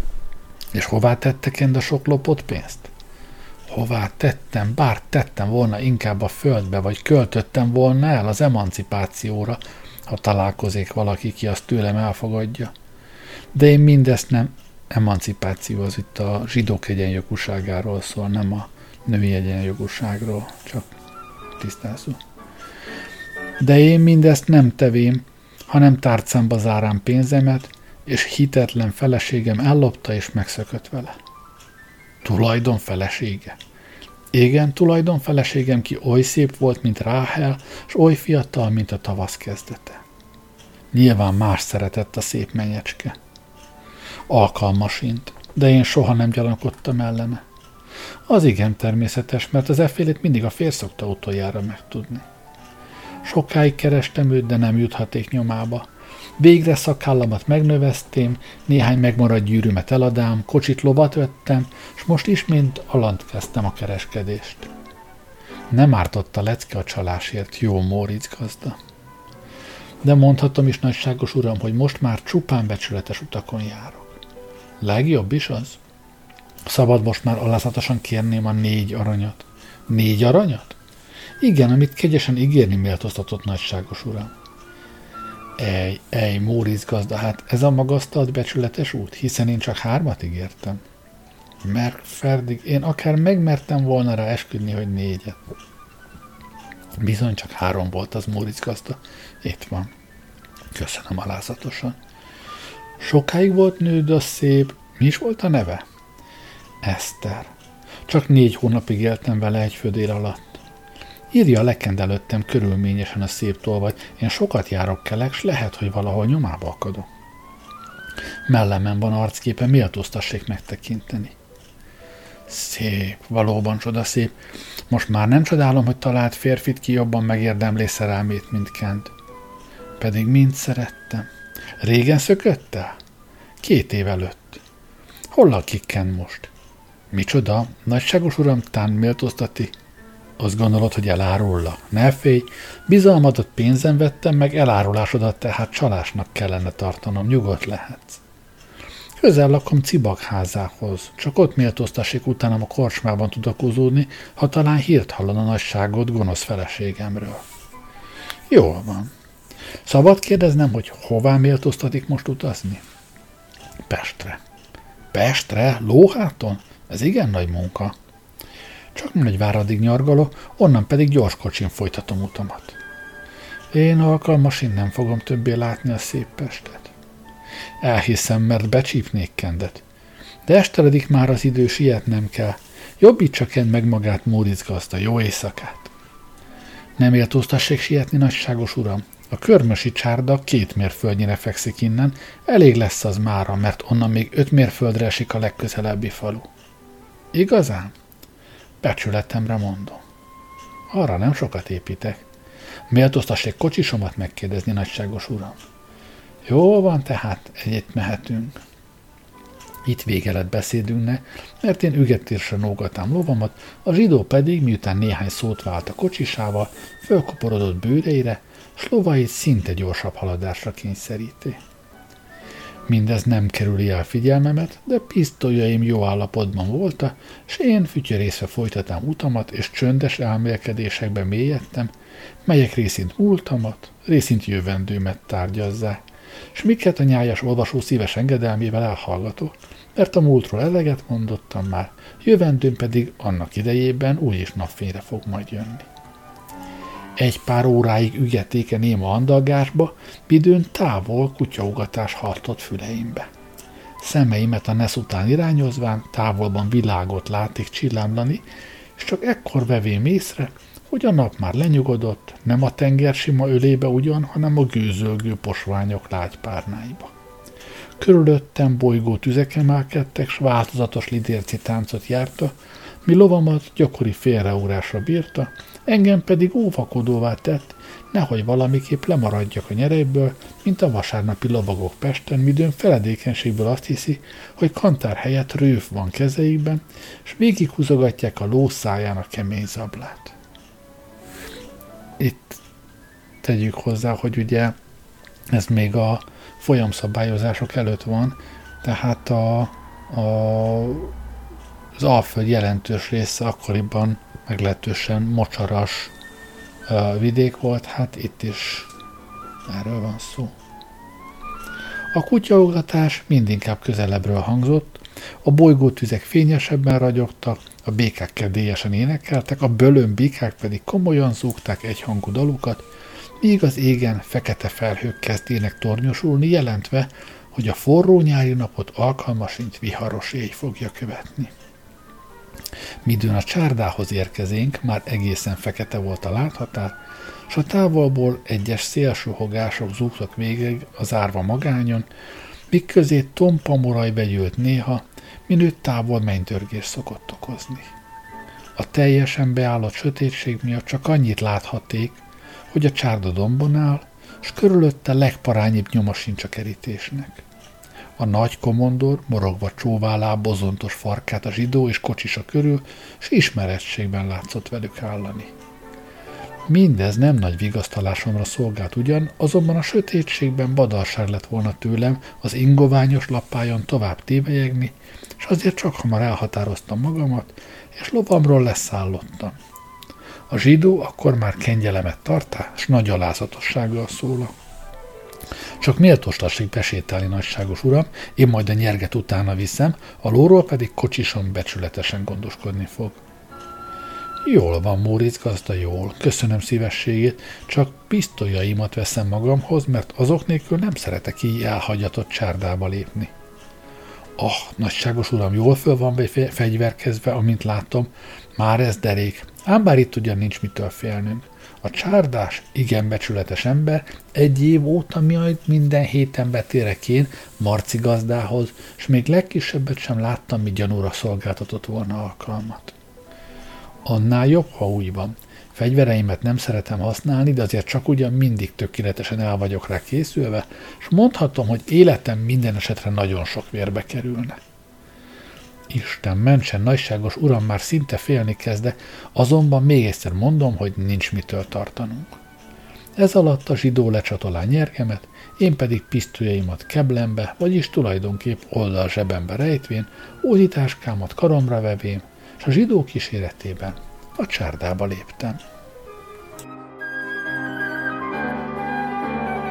És hová tette Kend a sok lopott pénzt? Hová tettem, bár tettem volna inkább a földbe, vagy költöttem volna el az emancipációra, ha találkozik valaki, ki azt tőlem elfogadja. De én mindezt nem, emancipáció az itt a zsidók egyenjogúságáról szól, nem a női egyenjogúságról, csak tisztázó. De én mindezt nem tevém, hanem tárcámba zárám pénzemet, és hitetlen feleségem ellopta és megszökött vele. Tulajdon felesége. Igen, tulajdon feleségem, ki oly szép volt, mint Ráhel, s oly fiatal, mint a tavasz kezdete. Nyilván más szeretett a szép menyecske. Alkalmasint, de én soha nem gyanakodtam ellene. Az igen természetes, mert az effélét mindig a férj szokta utoljára megtudni. Sokáig kerestem őt, de nem juthaték nyomába. Végre szakállamat megnöveztém, néhány megmaradt gyűrűmet eladám, kocsit lovat vettem, és most ismét alant kezdtem a kereskedést. Nem ártott a lecke a csalásért, jó Móricz gazda. De mondhatom is, nagyságos uram, hogy most már csupán becsületes utakon járok. Legjobb is az? Szabad most már alázatosan kérném a négy aranyat. Négy aranyat? Igen, amit kegyesen ígérni méltóztatott, nagyságos uram. Ej, ej, Móricz gazda, hát ez a magasztalt becsületes út, hiszen én csak hármat ígértem. Mert Ferdig, én akár megmertem volna rá esküdni, hogy négyet. Bizony csak három volt az, Móricz gazda. Itt van. Köszönöm alázatosan. Sokáig volt nőd a szép. Mi is volt a neve? Eszter. Csak négy hónapig éltem vele egy födél alatt. Írja le Kend előttem körülményesen a szép tolvaj. Én sokat járok kelek, s lehet, hogy valahol nyomába akadok. Mellemen van arcképe, méltóztassék megtekinteni. Szép, valóban csodaszép. Most már nem csodálom, hogy talált férfit, ki jobban megérdemlé szerelmét, mint Kend. Pedig mind szerettem. Régen szökött el? Két év előtt. Hol lakik Kend most? Micsoda, nagyságos uram, tán méltóztati? Azt gondolod, hogy elárullak? Ne félj, bizalmadat pénzen vettem, meg elárulásodat, tehát csalásnak kellene tartanom, nyugodt lehetsz. Közel lakom Cibak házához, csak ott méltóztassék utánam a korcsmában tudakozódni, ha talán hírt hallan a nagyságot gonosz feleségemről. Jól van. Szabad kérdeznem, hogy hová méltóztatik most utazni? Pestre. Pestre? Lóháton? Ez igen nagy munka. Csak Nagyváradig nyargalok, onnan pedig gyors kocsin folytatom utamat. Én alkalmas innen fogom többé látni a szép Pestet. Elhiszem, mert becsípnék Kendet. De esteledik már az idő, sietnem kell. Jobbítsa Kend meg magát, Móricz gazda, jó éjszakát. Nem méltóztassék sietni, nagyságos uram. A körmösi csárda két mérföldnyire fekszik innen, elég lesz az mára, mert onnan még öt mérföldre esik a legközelebbi falu. Igazán? Becsületemre mondom. Arra nem sokat építek. Méltóztassék kocsisomat megkérdezni, nagyságos uram. Jó van, tehát egyet mehetünk. Itt vége lett beszédünknek, mert én ügetésre nógatám lovamat, a zsidó pedig, miután néhány szót vált a kocsisával, fölkoporodott bőreire, s lovait szinte gyorsabb haladásra kényszeríti. Mindez nem kerüli el figyelmemet, de pisztolyaim jó állapotban voltak, s én fütyörészve folytatám utamat, és csöndes elmélkedésekbe mélyedtem, melyek részint múltamat, részint jövendőmet tárgyazzák, s miket a nyájas olvasó szíves engedelmével elhallgatok, mert a múltról eleget mondottam már, jövendőm pedig annak idejében úgyis napfényre fog majd jönni. Egy pár óráig ügetéke néma andalgásba, midőn távol kutyaugatás hartott füleimbe. Szemeimet a nesz után irányozván távolban világot látik csillámlani, és csak ekkor vevém észre, hogy a nap már lenyugodott, nem a tenger sima ölébe ugyan, hanem a gőzölgő posványok lágy párnáiba. Körülöttem bolygó tüzek emelkedtek, s változatos lidérci táncot járta, mi lovamat gyakori félreúrásra bírta, engem pedig óvakodóvá tett, nehogy valamiképp lemaradjak a nyerekből, mint a vasárnapi lovagok Pesten, midőn feledékenységből azt hiszi, hogy kantár helyett rőf van kezeikben, s végighúzogatják a ló száján a kemény zablát. Itt tegyük hozzá, hogy ugye ez még a folyamszabályozások előtt van, tehát a, a, az Alföld jelentős része akkoriban meglehetősen mocsaras uh, vidék volt, hát itt is erről van szó. A kutyaugatás mindinkább közelebbről hangzott, a bolygótüzek fényesebben ragyogtak, a békák kedélyesen énekeltek, a bölön bikák pedig komolyan zúgták egyhangú dalukat, míg az égen fekete felhők kezdének tornyosulni, jelentve, hogy a forró nyári napot alkalmasint viharos éj fogja követni. Midőn a csárdához érkezénk, már egészen fekete volt a láthatár, s a távolból egyes szélsőhogások zúgtak végig az árva magányon, míg közé tompa moraj begyűlt néha, minőtt távol mennydörgés szokott okozni. A teljesen beállott sötétség miatt csak annyit láthatték, hogy a csárda dombon áll, s körülötte legparányibb nyoma sincs a kerítésnek. A nagy komondor morogva csóválá bozontos farkát a zsidó és kocsisa körül, s ismerettségben látszott velük állani. Mindez nem nagy vigasztalásomra szolgált ugyan, azonban a sötétségben badarság lett volna tőlem az ingoványos lappájon tovább tévelyegni, és azért csak hamar elhatároztam magamat, és lovamról leszállottam. A zsidó akkor már kengyelemet tartá, s nagy alázatossággal szóla. Csak méltóstassék besétálni, nagyságos uram, én majd a nyerget utána viszem, a lóról pedig kocsisom becsületesen gondoskodni fog. Jól van, Móricz gazda, jól, köszönöm szívességét, csak pisztolyaimat veszem magamhoz, mert azok nélkül nem szeretek így elhagyatott csárdába lépni. Ah, nagyságos uram, jól föl van fegyverkezve, amint látom, már ez derék, ám bár itt ugyan nincs mitől félnünk. A csárdás, igen becsületes ember, egy év óta majd minden héten betérek én Marci gazdához, s még legkisebbet sem láttam, mi gyanúra szolgáltatott volna alkalmat. Annál jobb, ha úgy van. Fegyvereimet nem szeretem használni, de azért csak ugyan mindig tökéletesen el vagyok rá készülve, és mondhatom, hogy életem minden esetre nagyon sok vérbe kerülne. Isten mentsen, nagyságos uram, már szinte félni kezdek, azonban még egyszer mondom, hogy nincs mitől tartanunk. Ez alatt a zsidó lecsatolá nyergemet, én pedig pisztolyaimat keblembe, vagyis tulajdonképp oldal zsebembe rejtvén, ózitáskámat karomra vevém, és a zsidó kíséretében a csárdába léptem.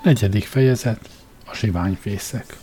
Negyedik fejezet, a zsiványfészek.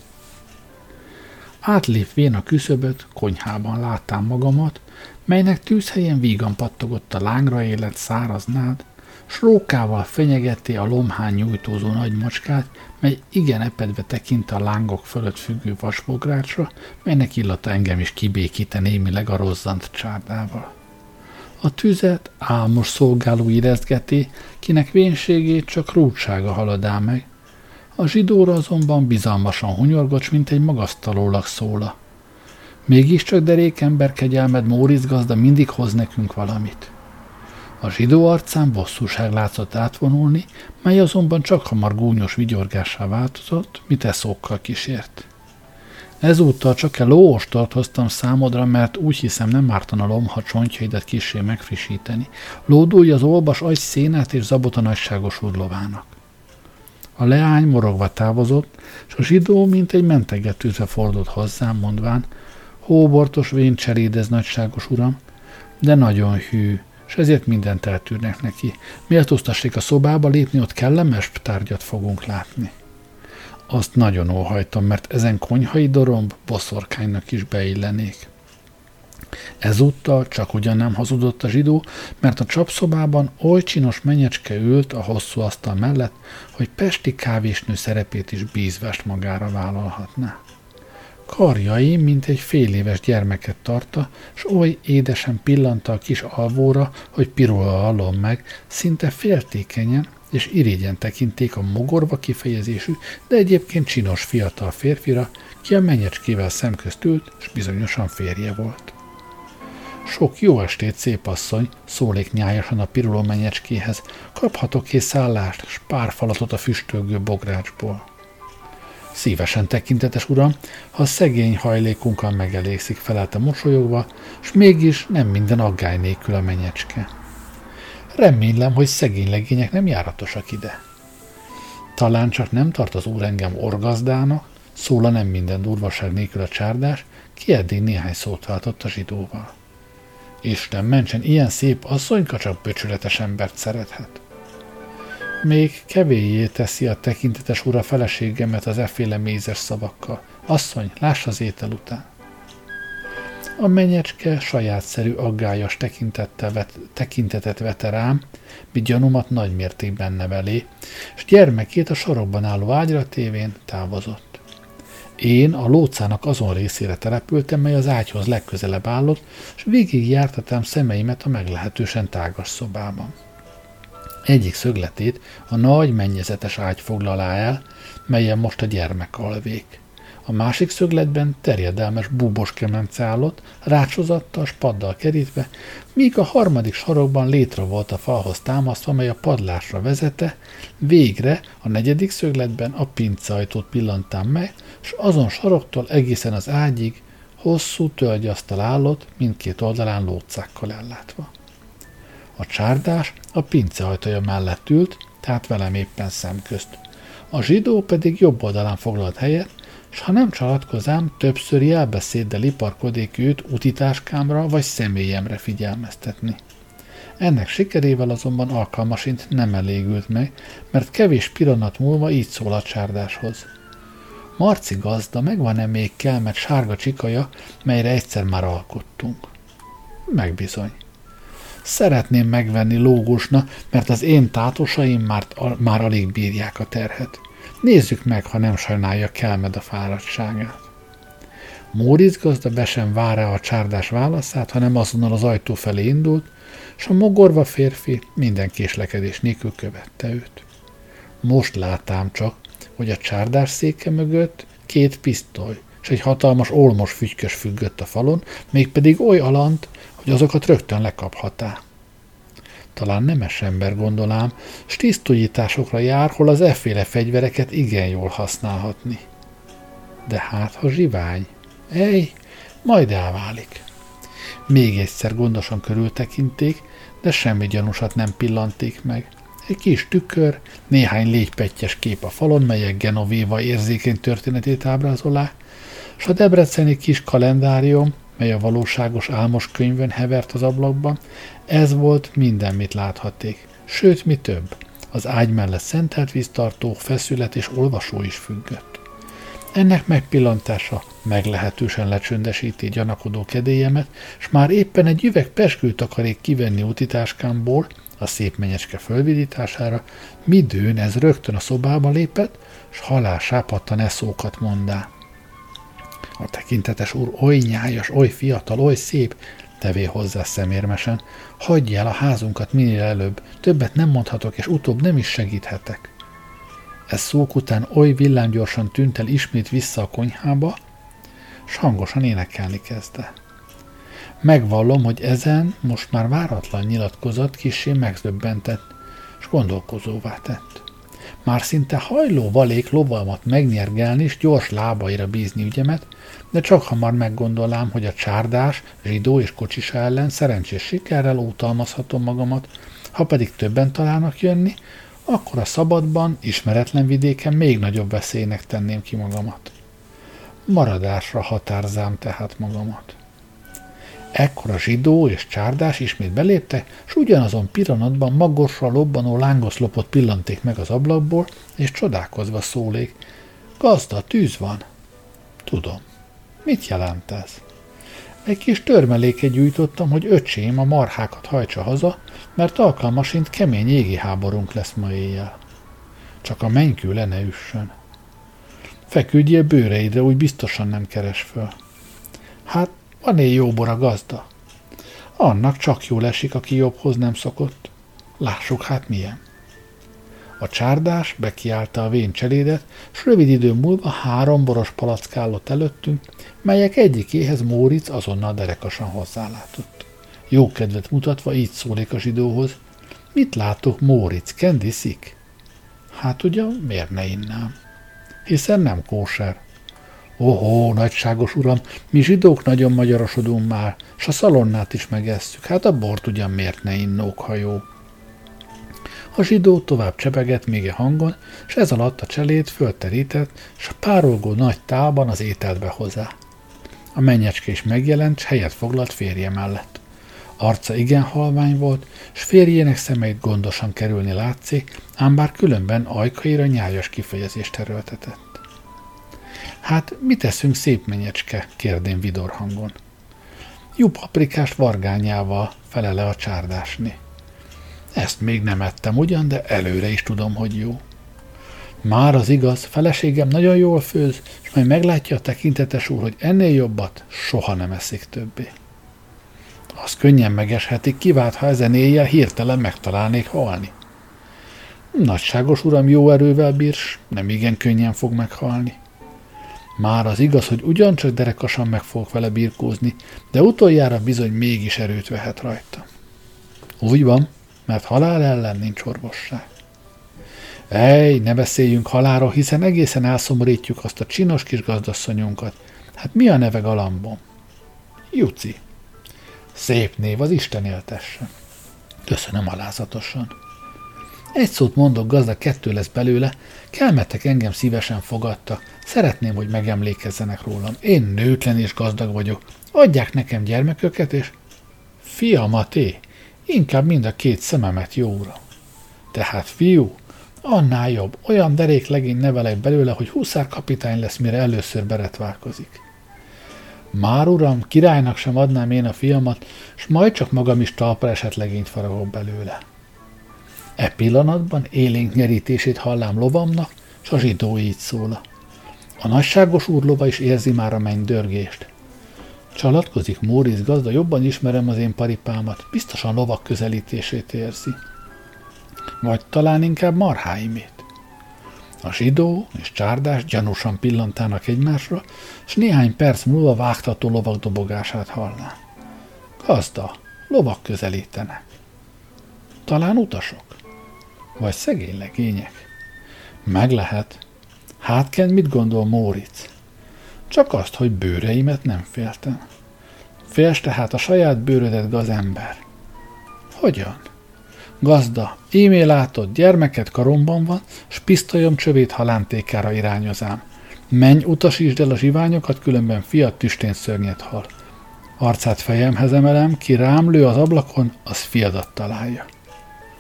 Átlépvén a küszöböt, konyhában láttam magamat, melynek tűzhelyen vígan pattogott a lángra élet száraz nád, s rókával fenyegeti a lomhán nyújtózó nagy macskát, mely igen epedve tekint a lángok fölött függő vasbográcsra, melynek illata engem is kibékíte némileg a rozzant csárdával. A tüzet álmos szolgáló érezgeti, kinek vénségét csak rúdsága haladá meg. A zsidóra azonban bizalmasan hunyorgott, mint egy magasztalólag szóla. Mégiscsak derékember kegyelmed Móricz gazda mindig hoz nekünk valamit. A zsidó arcán bosszúság látszott átvonulni, mely azonban csak hamar gúnyos vigyorgássá változott, mit eszókkal kísért. Ezúttal csak e lóostort hoztam számodra, mert úgy hiszem nem ártana lomha csontjaidat kissé megfrissíteni. Lódulj az olvas agy szénát és zabot a nagyságos úrlovának. A leány morogva távozott, és a zsidó, mint egy mentegetőzve fordult hozzám, mondván, hóbortos vén cserédez, nagyságos uram, de nagyon hű, és ezért mindent eltűrnek neki. Méltóztassék a szobába lépni, ott kellemes tárgyat fogunk látni. Azt nagyon óhajtom, mert ezen konyhai doromb boszorkánynak is beillenék. Ezúttal csak ugyan nem hazudott a zsidó, mert a csapszobában oly csinos menyecske ült a hosszú asztal mellett, hogy pesti kávésnő szerepét is bízvást magára vállalhatná. Karjai, mint egy fél éves gyermeket tartta, s oly édesen pillanta a kis alvóra, hogy pirulva alom meg, szinte féltékenyen és irigyen tekinték a mogorva kifejezésű, de egyébként csinos fiatal férfira, ki a menyecskével szemközt ült, s bizonyosan férje volt. Sok jó estét, szép asszony, szólék nyájasan a piruló menyecskéhez, kaphatok-e szállást, s pár falatot a füstölgő bográcsból. Szívesen tekintetes uram, ha a szegény hajlékunkkal megelégszik, felelte mosolyogva, s mégis nem minden aggály nélkül a menyecske. Remélem, hogy szegény legények nem járatosak ide. Talán csak nem tart az úr engem orgazdának, szóla nem minden durvaság nélkül a csárdás, ki eddig néhány szót váltott a zsidóval. Isten mentsen, ilyen szép asszonyka csak becsületes embert szerethet. Még kevélyé teszi a tekintetes ura feleségemet az efféle mézes szavakkal. Asszony, láss az étel után. A menyecske sajátszerű aggályos tekintettel vet, tekintetet vete rám, mi gyanúmat nagy mértékben nevelé, és gyermekét a sarokban álló ágyra tévén távozott. Én a lócának azon részére települtem, mely az ágyhoz legközelebb állott, és végig jártatám szemeimet a meglehetősen tágas szobában. Egyik szögletét a nagy mennyezetes ágy foglalá el, melyen most a gyermek alvék. A másik szögletben terjedelmes búbos kemence állott, rácsozattal, spaddal kerítve, míg a harmadik sarokban létre volt a falhoz támasztva, mely a padlásra vezete, végre a negyedik szögletben a pinceajtót pillantám meg, s azon saroktól egészen az ágyig hosszú tölgyasztal állott, mindkét oldalán lócákkal ellátva. A csárdás a pinceajtaja mellett ült, tehát velem éppen szemközt. A zsidó pedig jobb oldalán foglalt helyet, s ha nem csalatkozám, többször jelbeszéddel iparkodék őt utitáskámra vagy személyemre figyelmeztetni. Ennek sikerével azonban alkalmasint nem elégült meg, mert kevés pillanat múlva így szól a csárdáshoz. Marci gazda, megvan-e még kelmet sárga csikaja, melyre egyszer már alkottunk? Megbizony. Szeretném megvenni lógusna, mert az én tátosaim már, már alig bírják a terhet. Nézzük meg, ha nem sajnálja kelmed a fáradtságát. Móricz gazda be sem vár a csárdás válaszát, hanem azonnal az ajtó felé indult, s a mogorva férfi minden késlekedés nélkül követte őt. Most látám csak, hogy a csárdás széke mögött két pisztoly, és egy hatalmas olmos fügykös függött a falon, mégpedig oly alant, hogy azokat rögtön lekaphatá. Talán nemes ember, gondolám, s tisztújításokra jár, hol az efféle fegyvereket igen jól használhatni. De hát, ha zsivány, ej, majd elválik. Még egyszer gondosan körültekinték, de semmi gyanúsat nem pillanték meg. Egy kis tükör, néhány légypettyes kép a falon, melyek Genovéva érzékeny történetét ábrázolák, s a debreceni kis kalendárium, mely a valóságos álmos könyvön hevert az ablakban, ez volt minden, mit láthatték. Sőt, mi több. Az ágy mellett szentelt víztartó, feszület és olvasó is függött. Ennek megpillantása meglehetősen lecsöndesíti gyanakodó kedélyemet, s már éppen egy üveg pezsgőt akarék kivenni útitáskámból a szép menyecske fölvidítására, midőn ez rögtön a szobába lépett, s halálsápadtan eszókat mondá. A tekintetes úr oly nyájas, oly fiatal, oly szép, tevé hozzá szemérmesen, hagyj el a házunkat minél előbb, többet nem mondhatok, és utóbb nem is segíthetek. Ez szók után oly villámgyorsan tűnt el ismét vissza a konyhába, s hangosan énekelni kezdte. Megvallom, hogy ezen most már váratlan nyilatkozat kissé megdöbbentett, s gondolkozóvá tett. Már szinte hajló valék lovamat megnyergelni, s gyors lábaira bízni ügyemet, de csak hamar meggondolám, hogy a csárdás, zsidó és kocsisa ellen szerencsés sikerrel ótalmazhatom magamat, ha pedig többen találnak jönni, akkor a szabadban, ismeretlen vidéken még nagyobb veszélynek tenném ki magamat. Maradásra határzám tehát magamat. Ekkor a zsidó és csárdás ismét beléptek, s ugyanazon pillanatban magosra lobbanó lángoszlopot pillanték meg az ablakból, és csodálkozva szólék. Gazda, tűz van. Tudom. Mit jelent ez? Egy kis törmeléket gyújtottam, hogy öcsém a marhákat hajtsa haza, mert alkalmasint kemény égi háborunk lesz ma éjjel. Csak a mennykő le ne üssön. Feküdjél bőreidre, úgy biztosan nem keres föl. Hát, van-e jó bor a gazda? Annak csak jól esik, aki jobbhoz nem szokott. Lássuk hát milyen. A csárdás bekiállta a vén cselédet, s rövid idő múlva három boros palack állott előttünk, melyek egyikéhez Móric azonnal derekasan hozzálátott. Jó kedvet mutatva így szólik a zsidóhoz. Mit látok, Móric, kend iszik? Hát ugyan, miért ne innám? Hiszen nem kóser. Ohó, nagyságos uram, mi zsidók nagyon magyarosodunk már, s a szalonnát is megesszük, hát a bort ugyan miért ne innók, ha jó. A zsidó tovább csebegett még a hangon, s ez alatt a cselét fölterített, s a párolgó nagy tálban az ételt behozá. A mennyecske is megjelent, s helyet foglalt férje mellett. Arca igen halvány volt, s férjének szemeit gondosan kerülni látszik, ám bár különben ajkaira nyájas kifejezést erőltetett. Hát, mit teszünk, szép mennyecske? Kérdém vidor hangon. Jó paprikás vargányával, felele a csárdásné. Ezt még nem ettem ugyan, de előre is tudom, hogy jó. Már az igaz, feleségem nagyon jól főz, és majd meglátja a tekintetes úr, hogy ennél jobbat soha nem eszik többé. Az könnyen megeshetik, kivált, ha ezen éjjel hirtelen megtalálnék halni. Nagyságos uram jó erővel bír, nem igen könnyen fog meghalni. Már az igaz, hogy ugyancsak derekasan meg fogok vele birkózni, de utoljára bizony mégis erőt vehet rajta. Úgy van, mert halál ellen nincs orvosság. Ej, ne beszéljünk halálról, hiszen egészen elszomorítjuk azt a csinos kis gazdasszonyunkat. Hát mi a neve galambom? Juci. Szép név, az Isten éltesse. Köszönöm alázatosan. Egy szót mondok, gazda, kettő lesz belőle, kelmetek engem szívesen fogadtak, szeretném, hogy megemlékezzenek rólam. Én nőtlen és gazdag vagyok, adják nekem gyermeköket, és... Fiamaté, inkább mind a két szememet, jó uram. Tehát fiú, annál jobb, olyan derék legény nevelek belőle, hogy huszárkapitány lesz, mire először beretválkozik. Már uram, királynak sem adnám én a fiamat, s majd csak magam is talpra esett legényt faragok belőle. E pillanatban élénk nyerítését hallám lovamnak, s a zsidó így szóla. A nagyságos úrlova is érzi már a menny dörgést. Csalatkozik Móric gazda, jobban ismerem az én paripámat, biztosan lovak közelítését érzi. Vagy talán inkább marháimét. A zsidó és csárdás gyanúsan pillantának egymásra, s néhány perc múlva vágtató lovak dobogását hallná. Gazda, lovak közelítenek. Talán utasok? Vagy szegény legények? Meg lehet. Hátken mit gondol Móric? Csak azt, hogy bőreimet nem féltem. Félsz tehát a saját bőrödet, gazember. Hogyan? Gazda, ímé látod, gyermeket karomban van, s pisztolyom csövét halántékára irányozám. Menj, utasítsd el a zsiványokat, különben fiat tüstén szörnyet hal. Arcát fejemhez emelem, ki rám lő az ablakon, az fiadat találja.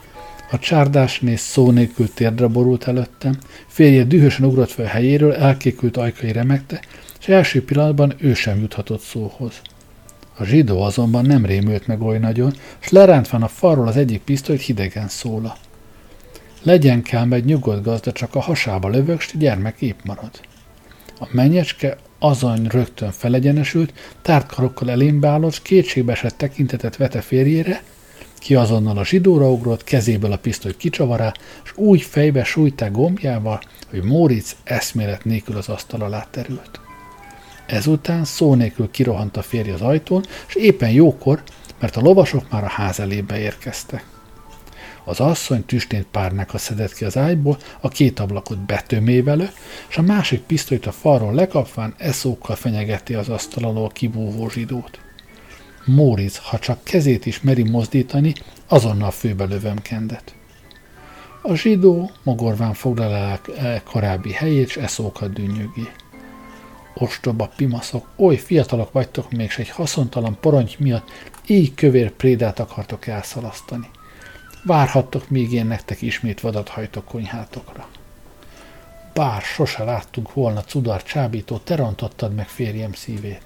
A csárdásné szó nélkül térdre borult előttem, férje dühösen ugrott fel helyéről, elkékült ajkai remegte, és első pillanatban ő sem juthatott szóhoz. A zsidó azonban nem rémült meg oly nagyon, s lerántván a falról az egyik pisztolyt hidegen szóla. Legyen kell meg nyugodt gazda, csak a hasába lövök, s gyermek épp marad. A mennyecske azon rögtön felegyenesült, tárt karokkal elémbe állott, s kétségbeesett tekintetet vete férjére, ki azonnal a zsidóra ugrott, kezéből a pisztolyt kicsavará, s úgy fejbe sújták gombjával, hogy Móricz eszmélet nélkül az asztal alá terült. Ezután szó nélkül kirohant a férj az ajtón, és éppen jókor, mert a lovasok már a ház elébe érkeztek. Az asszony tüstént párnákat szedett ki az ágyból, a két ablakot betömévelő, és a másik pisztolyt a falról lekapván eszókkal fenyegeti az asztal alól kibúvó zsidót. Móricz, ha csak kezét is meri mozdítani, azonnal főbe lövömkendet. A zsidó mogorván foglal el korábbi helyét, s eszókat dünnyögi. Ostoba pimaszok, oly fiatalok vagytok még, s egy haszontalan poronty miatt így kövér prédát akartok elszalasztani. Várhattok, míg én nektek ismét vadat hajtok konyhátokra. Bár sose láttunk volna cudar csábító, te rontottad meg férjem szívét.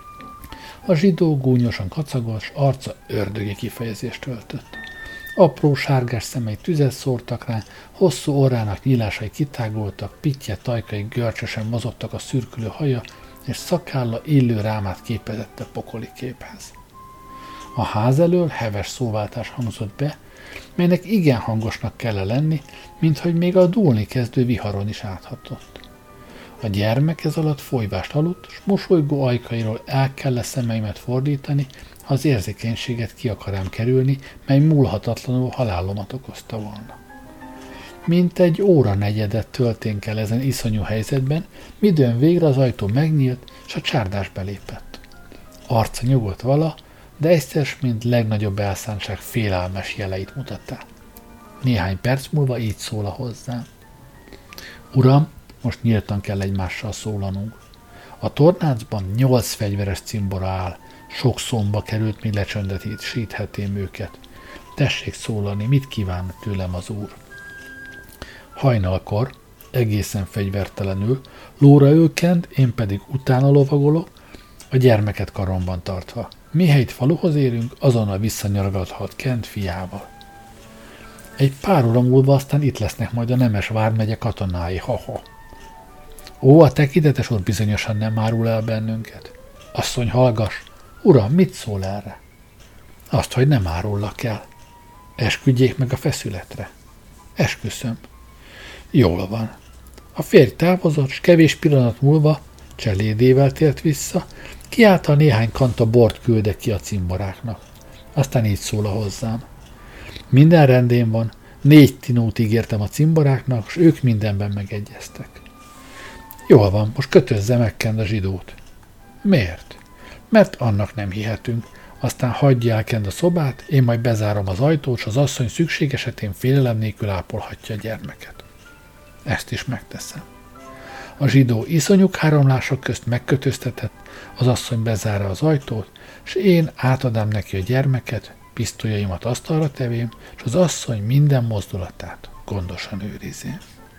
A zsidó gúnyosan kacagos, arca ördögi kifejezést öltött. Apró sárgás szemei tüzet szórtak rá, hosszú orrának nyílásai kitágultak, pittye tajkai görcsösen mozogtak a szürkülő haja, és szakálla illő rámát képezett a pokoli képhez. A ház elől heves szóváltás hangzott be, melynek igen hangosnak kell lenni, minthogy még a dúlni kezdő viharon is áthatott. A gyermek ez alatt folyvást aludt, s mosolygó ajkairól el kell szemeimet fordítani, ha az érzékenységet ki akarám kerülni, mely múlhatatlanul halálomat okozta volna. Mint egy óra negyedet tölténk el ezen iszonyú helyzetben, midőn végre az ajtó megnyílt, s a csárdás belépett. Arca nyugodt vala, de egyszer, mint legnagyobb elszántság félelmes jeleit mutatta. Néhány perc múlva így szól a hozzám. Uram, most nyíltan kell egymással szólanunk. A tornácban nyolc fegyveres cimbora áll, sok szomba került, míg lecsöndesíthetém őket. Tessék szólani, mit kíván tőlem az úr? Hajnalkor, egészen fegyvertelenül, lóra ülkent, én pedig utána lovagolok, a gyermeket karomban tartva. Mihelyt faluhoz érünk, azonnal visszanyargathat Kent fiával. Egy pár óra múlva aztán itt lesznek majd a Nemes vármegye katonái, ha-ha. Ó, a tekintetes úr bizonyosan nem árul el bennünket. Asszony, hallgass, uram, mit szól erre? Azt, hogy nem árullak el. Esküdjék meg a feszületre. Esküszöm. Jól van. A férj távozott, s kevés pillanat múlva cselédével tért vissza, kiáltal néhány kanta bort küldek ki a cimboráknak. Aztán így szól a hozzám. Minden rendén van, négy tinót ígértem a cimboráknak, s ők mindenben megegyeztek. Jól van, most kötözze meg Kend a zsidót. Miért? Mert annak nem hihetünk. Aztán hagyja el Kend a szobát, én majd bezárom az ajtót, s az asszony szükség esetén félelem nélkül ápolhatja a gyermeket. Ezt is megteszem. A zsidó iszonyú káromlások közt megkötöztetett, az asszony bezárja az ajtót, s én átadám neki a gyermeket, pisztolyaimat asztalra tevém, és az asszony minden mozdulatát gondosan őrizém.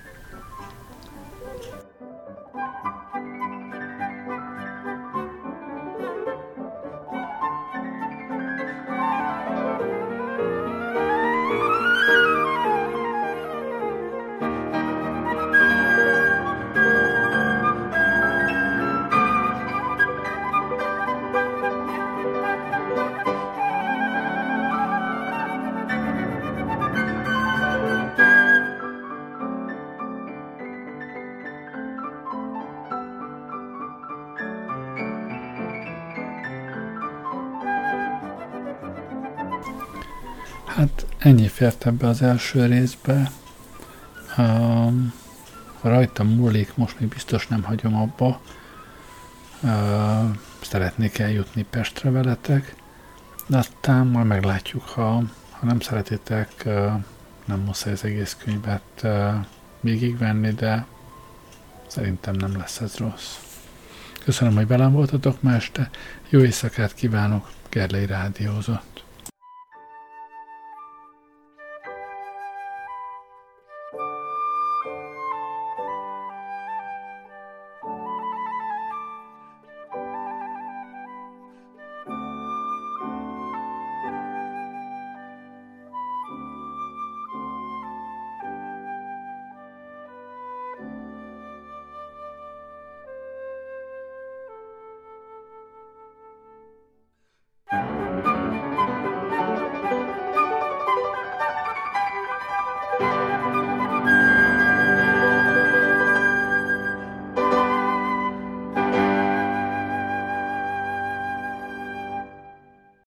Hát ennyi fért ebbe az első részbe. Um, ha rajtam múlik, most még biztos nem hagyom abba. Uh, szeretnék eljutni Pestre veletek, de aztán majd meglátjuk, ha, ha nem szeretitek, uh, nem muszáj az egész könyvet uh, végigvenni, de szerintem nem lesz ez rossz. Köszönöm, hogy velem voltatok ma este. Jó éjszakát kívánok, Gerlei rádiózott.